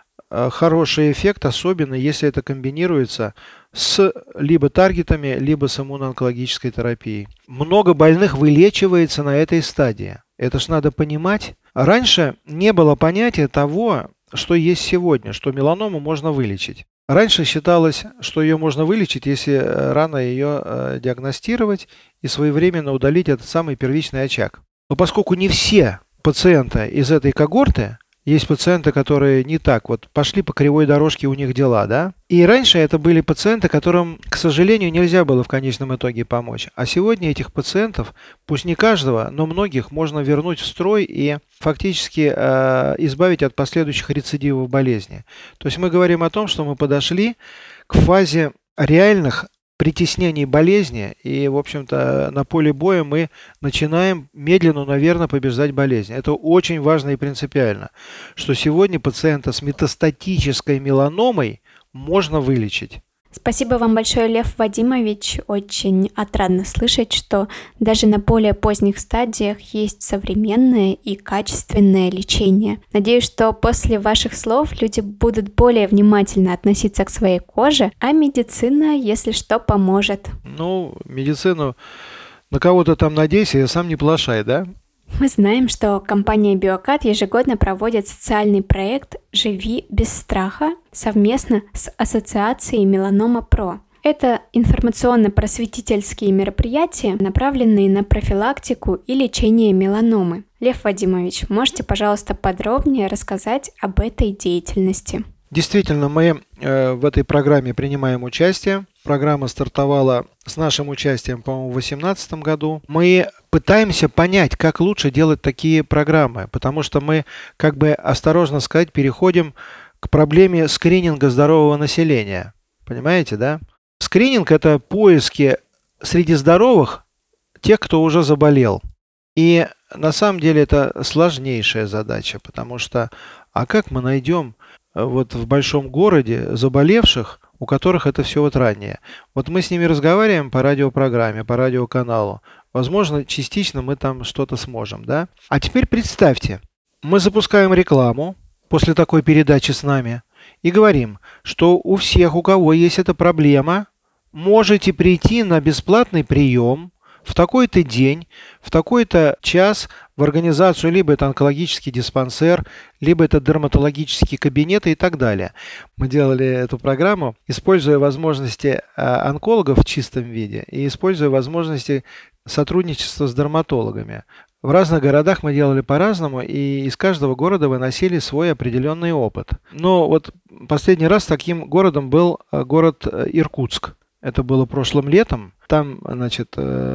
э, хороший эффект, особенно если это комбинируется с либо таргетами, либо с иммуноонкологической терапией. Много больных вылечивается на этой стадии. Это ж надо понимать. Раньше не было понятия того, что есть сегодня, что меланому можно вылечить. Раньше считалось, что ее можно вылечить, если рано ее э, диагностировать и своевременно удалить этот самый первичный очаг. Но поскольку не все пациенты из этой когорты, есть пациенты, которые не так, вот пошли по кривой дорожке, у них дела, да? И раньше это были пациенты, которым, к сожалению, нельзя было в конечном итоге помочь. А сегодня этих пациентов, пусть не каждого, но многих можно вернуть в строй и фактически э, избавить от последующих рецидивов болезни. То есть мы говорим о том, что мы подошли к фазе реальных притеснений болезни, и, в общем-то, на поле боя мы начинаем медленно, но верно побеждать болезнь. Это очень важно и принципиально, что сегодня пациента с метастатической меланомой можно вылечить. Спасибо вам большое, Лев Вадимович. Очень отрадно слышать, что даже на более поздних стадиях есть современное и качественное лечение. Надеюсь, что после ваших слов люди будут более внимательно относиться к своей коже, а медицина, если что, поможет. Ну, медицину на кого-то там надейся, я сам не плашай, да? Мы знаем, что компания Биокат ежегодно проводит социальный проект «Живи без страха» совместно с Ассоциацией Меланома Про. Это информационно-просветительские мероприятия, направленные на профилактику и лечение меланомы. Лев Вадимович, можете, пожалуйста, подробнее рассказать об этой деятельности? Действительно, мы э, в этой программе принимаем участие. Программа стартовала с нашим участием, по-моему, в две тысячи восемнадцатом году. Мы пытаемся понять, как лучше делать такие программы, потому что мы, как бы осторожно сказать, переходим к проблеме скрининга здорового населения. Понимаете, да? Скрининг – это поиски среди здоровых тех, кто уже заболел. И на самом деле это сложнейшая задача, потому что, а как мы найдем вот в большом городе заболевших, у которых это все вот ранее? Вот мы с ними разговариваем по радиопрограмме, по радиоканалу. Возможно, частично мы там что-то сможем, да? А теперь представьте, мы запускаем рекламу после такой передачи с нами и говорим, что у всех, у кого есть эта проблема, можете прийти на бесплатный прием в такой-то день, в такой-то час в организацию, либо это онкологический диспансер, либо это дерматологические кабинеты и так далее. Мы делали эту программу, используя возможности онкологов в чистом виде и используя возможности сотрудничества с дерматологами. В разных городах мы делали по-разному, и из каждого города выносили свой определенный опыт. Но вот последний раз таким городом был город Иркутск. Это было прошлым летом. Там, значит,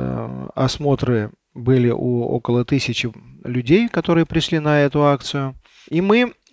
осмотры были у около тысячи людей, которые пришли на эту акцию. И мы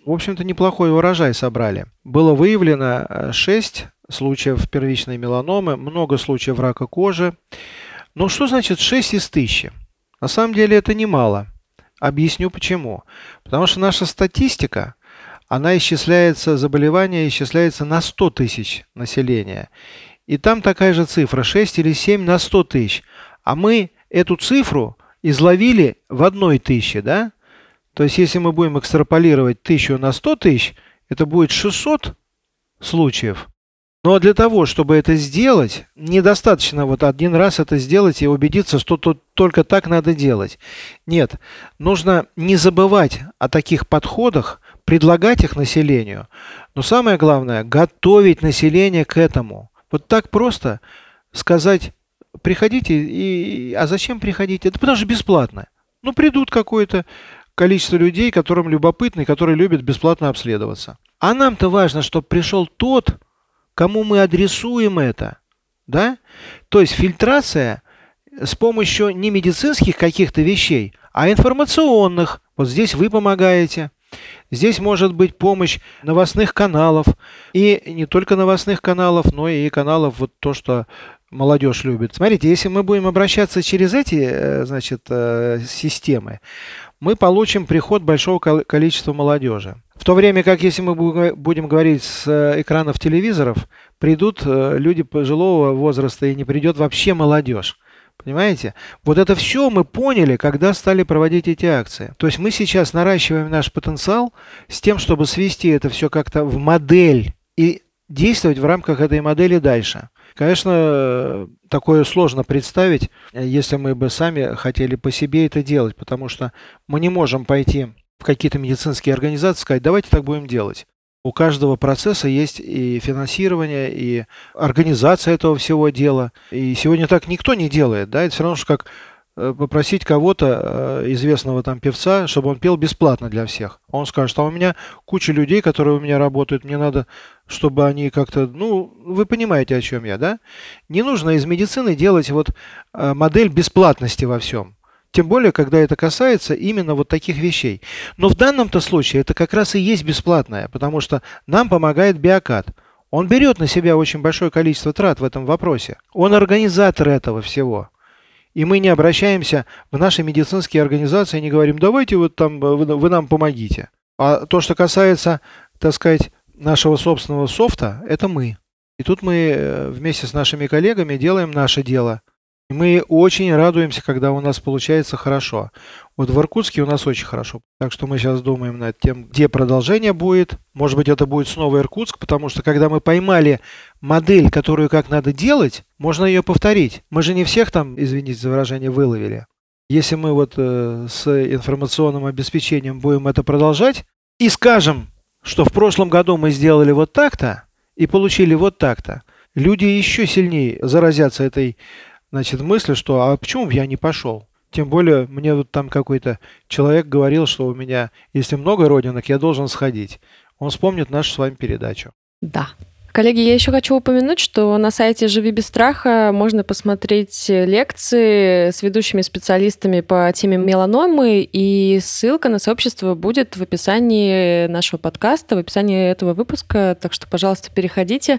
в общем-то, неплохой урожай собрали. Было выявлено шесть случаев первичной меланомы, много случаев рака кожи. Но что значит шесть из тысячи? На самом деле это немало. Объясню почему. Потому что наша статистика, она исчисляется, заболевание исчисляется на сто тысяч населения. И там такая же цифра, шесть или семь на сто тысяч. А мы эту цифру изловили в одной тысяче, да? То есть, если мы будем экстраполировать тысячу на сто тысяч, это будет шестьсот случаев. Но для того, чтобы это сделать, недостаточно вот один раз это сделать и убедиться, что тут только так надо делать. Нет, нужно не забывать о таких подходах, предлагать их населению. Но самое главное, готовить население к этому. Вот так просто сказать, приходите, и, а зачем приходить? Это потому что бесплатно. Ну, придут какое-то количество людей, которым любопытно и которые любят бесплатно обследоваться. А нам-то важно, чтобы пришел тот, кому мы адресуем это, да? То есть фильтрация с помощью не медицинских каких-то вещей, а информационных. Вот здесь вы помогаете. Здесь может быть помощь новостных каналов. И не только новостных каналов, но и каналов, вот то, что молодежь любит. Смотрите, если мы будем обращаться через эти, значит, системы, мы получим приход большого количества молодежи. В то время как, если мы будем говорить с экранов телевизоров, придут люди пожилого возраста и не придет вообще молодежь. Понимаете? Вот это все мы поняли, когда стали проводить эти акции. То есть мы сейчас наращиваем наш потенциал с тем, чтобы свести это все как-то в модель и действовать в рамках этой модели дальше. Конечно, такое сложно представить, если мы бы сами хотели по себе это делать, потому что мы не можем пойти в какие-то медицинские организации и сказать, давайте так будем делать. У каждого процесса есть и финансирование, и организация этого всего дела. И сегодня так никто не делает, да, это все равно, что как попросить кого-то, известного там певца, чтобы он пел бесплатно для всех. Он скажет, а у меня куча людей, которые у меня работают, мне надо, чтобы они как-то, ну, вы понимаете, о чем я, да? Не нужно из медицины делать вот модель бесплатности во всем. Тем более, когда это касается именно вот таких вещей. Но в данном-то случае это как раз и есть бесплатное, потому что нам помогает Биокат. Он берет на себя очень большое количество трат в этом вопросе. Он организатор этого всего. И мы не обращаемся в наши медицинские организации и не говорим, давайте вот там вы, вы нам помогите. А то, что касается, так сказать, нашего собственного софта, это мы. И тут мы вместе с нашими коллегами делаем наше дело. И мы очень радуемся, когда у нас получается хорошо. Вот в Иркутске у нас очень хорошо. Так что мы сейчас думаем над тем, где продолжение будет. Может быть, это будет снова Иркутск, потому что когда мы поймали модель, которую как надо делать, можно ее повторить. Мы же не всех там, извините за выражение, выловили. Если мы вот э, с информационным обеспечением будем это продолжать и скажем, что в прошлом году мы сделали вот так-то и получили вот так-то, люди еще сильнее заразятся этой, значит, мыслью, что а почему бы я не пошел? Тем более, мне вот там какой-то человек говорил, что у меня, если много родинок, я должен сходить. Он вспомнит нашу с вами передачу. Да. Коллеги, я еще хочу упомянуть, что на сайте «Живи без страха» можно посмотреть лекции с ведущими специалистами по теме меланомы, и ссылка на сообщество будет в описании нашего подкаста, в описании этого выпуска, так что, пожалуйста, переходите,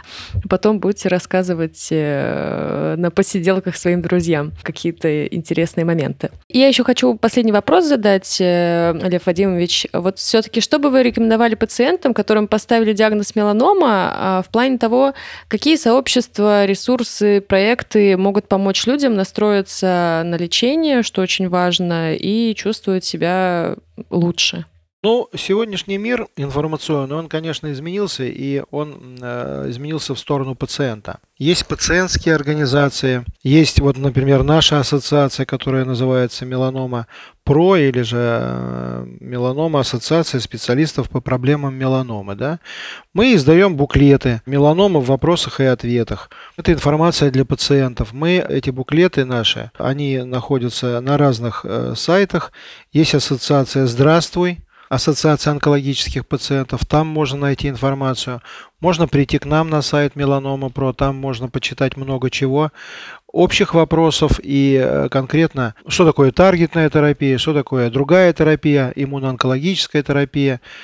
потом будете рассказывать на посиделках своим друзьям какие-то интересные моменты. И я еще хочу последний вопрос задать, Лев Вадимович. Вот все-таки что бы вы рекомендовали пациентам, которым поставили диагноз меланома, в плане того, какие сообщества, ресурсы, проекты могут помочь людям настроиться на лечение, что очень важно, и чувствовать себя лучше? Ну, сегодняшний мир информационный, он, конечно, изменился, и он э, изменился в сторону пациента. Есть пациентские организации, есть, вот, например, наша ассоциация, которая называется «Меланома Про», или же э, «Меланома Ассоциация специалистов по проблемам меланомы». Да? Мы издаем буклеты «Меланома в вопросах и ответах». Это информация для пациентов. Мы, эти буклеты наши, они находятся на разных э, сайтах. Есть ассоциация «Здравствуй», Ассоциация онкологических пациентов, там можно найти информацию. Можно прийти к нам на сайт Меланома Про, там можно почитать много чего. Общих вопросов и конкретно, что такое таргетная терапия, что такое другая терапия, иммуноонкологическая терапия.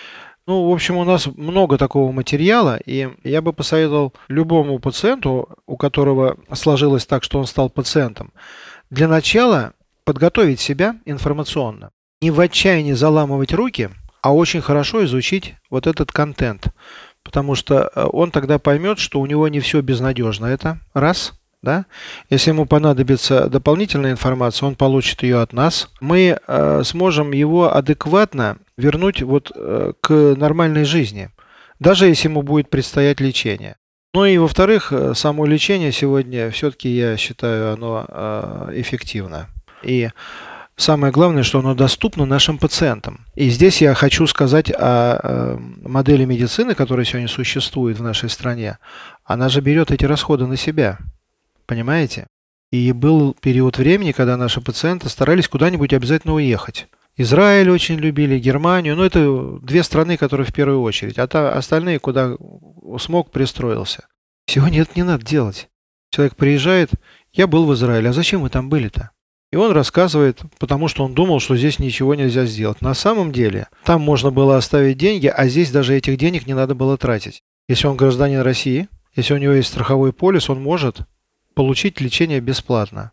Ну, в общем, у нас много такого материала, и я бы посоветовал любому пациенту, у которого сложилось так, что он стал пациентом, для начала подготовить себя информационно. Не в отчаянии заламывать руки, а очень хорошо изучить вот этот контент. Потому что он тогда поймет, что у него не все безнадежно. Это раз. Да? Если ему понадобится дополнительная информация, он получит ее от нас. Мы э, сможем его адекватно вернуть вот, э, к нормальной жизни, даже если ему будет предстоять лечение. Ну и во-вторых, само лечение сегодня все-таки, я считаю, оно э, эффективно. И самое главное, что оно доступно нашим пациентам. И здесь я хочу сказать о э, модели медицины, которая сегодня существует в нашей стране. Она же берет эти расходы на себя. Понимаете? И был период времени, когда наши пациенты старались куда-нибудь обязательно уехать. Израиль очень любили, Германию. Ну, это две страны, которые в первую очередь. А та, остальные, куда смог, пристроился. Сегодня это не надо делать. Человек приезжает, я был в Израиле, а зачем вы там были-то? И он рассказывает, потому что он думал, что здесь ничего нельзя сделать. На самом деле, там можно было оставить деньги, а здесь даже этих денег не надо было тратить. Если он гражданин России, если у него есть страховой полис, он может получить лечение бесплатно.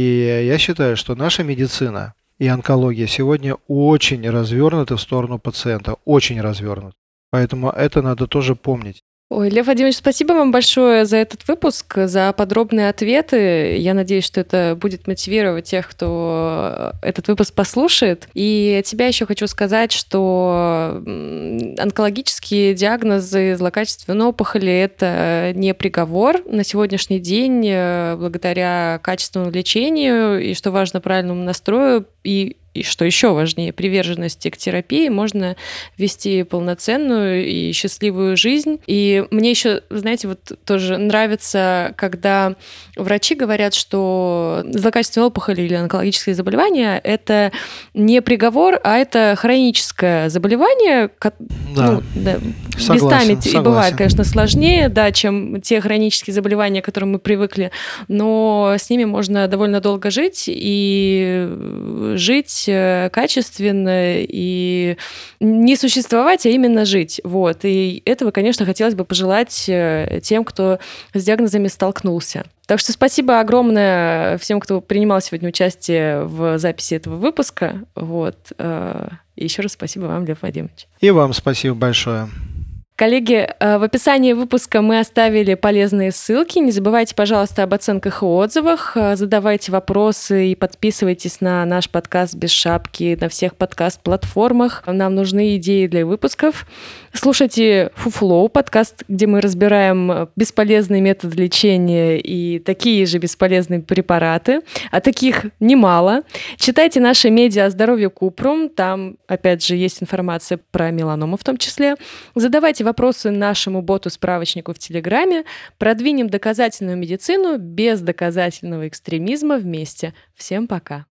И я считаю, что наша медицина и онкология сегодня очень развернуты в сторону пациента, очень развернуты. Поэтому это надо тоже помнить. Ой, Лев Вадимович, спасибо вам большое за этот выпуск, за подробные ответы. Я надеюсь, что это будет мотивировать тех, кто этот выпуск послушает. И от себя еще хочу сказать, что онкологические диагнозы злокачественной опухоли – это не приговор. На сегодняшний день, благодаря качественному лечению и, что важно, правильному настрою и И что еще важнее, приверженности к терапии, можно вести полноценную и счастливую жизнь. И мне еще, знаете, вот тоже нравится, когда врачи говорят, что злокачественная опухоль или онкологические заболевания – это не приговор, а это хроническое заболевание. Да. Ну, да, Согласен, местами и согласен. бывает, конечно, сложнее, да, чем те хронические заболевания, к которым мы привыкли, но с ними можно довольно долго жить и жить качественно и не существовать, а именно жить. Вот. И этого, конечно, хотелось бы пожелать тем, кто с диагнозами столкнулся. Так что спасибо огромное всем, кто принимал сегодня участие в записи этого выпуска. Вот. И еще раз спасибо вам, Лев Вадимович. И вам спасибо большое. Коллеги, в описании выпуска мы оставили полезные ссылки. Не забывайте, пожалуйста, об оценках и отзывах. Задавайте вопросы и подписывайтесь на наш подкаст «Без шапки» на всех подкаст-платформах. Нам нужны идеи для выпусков. Слушайте «Фуфлоу» подкаст, где мы разбираем бесполезные методы лечения и такие же бесполезные препараты. А таких немало. Читайте наши медиа о здоровье Купрум. Там, опять же, есть информация про меланому в том числе. Задавайте вопросы нашему боту-справочнику в Телеграме. Продвинем доказательную медицину без доказательного экстремизма вместе. Всем пока.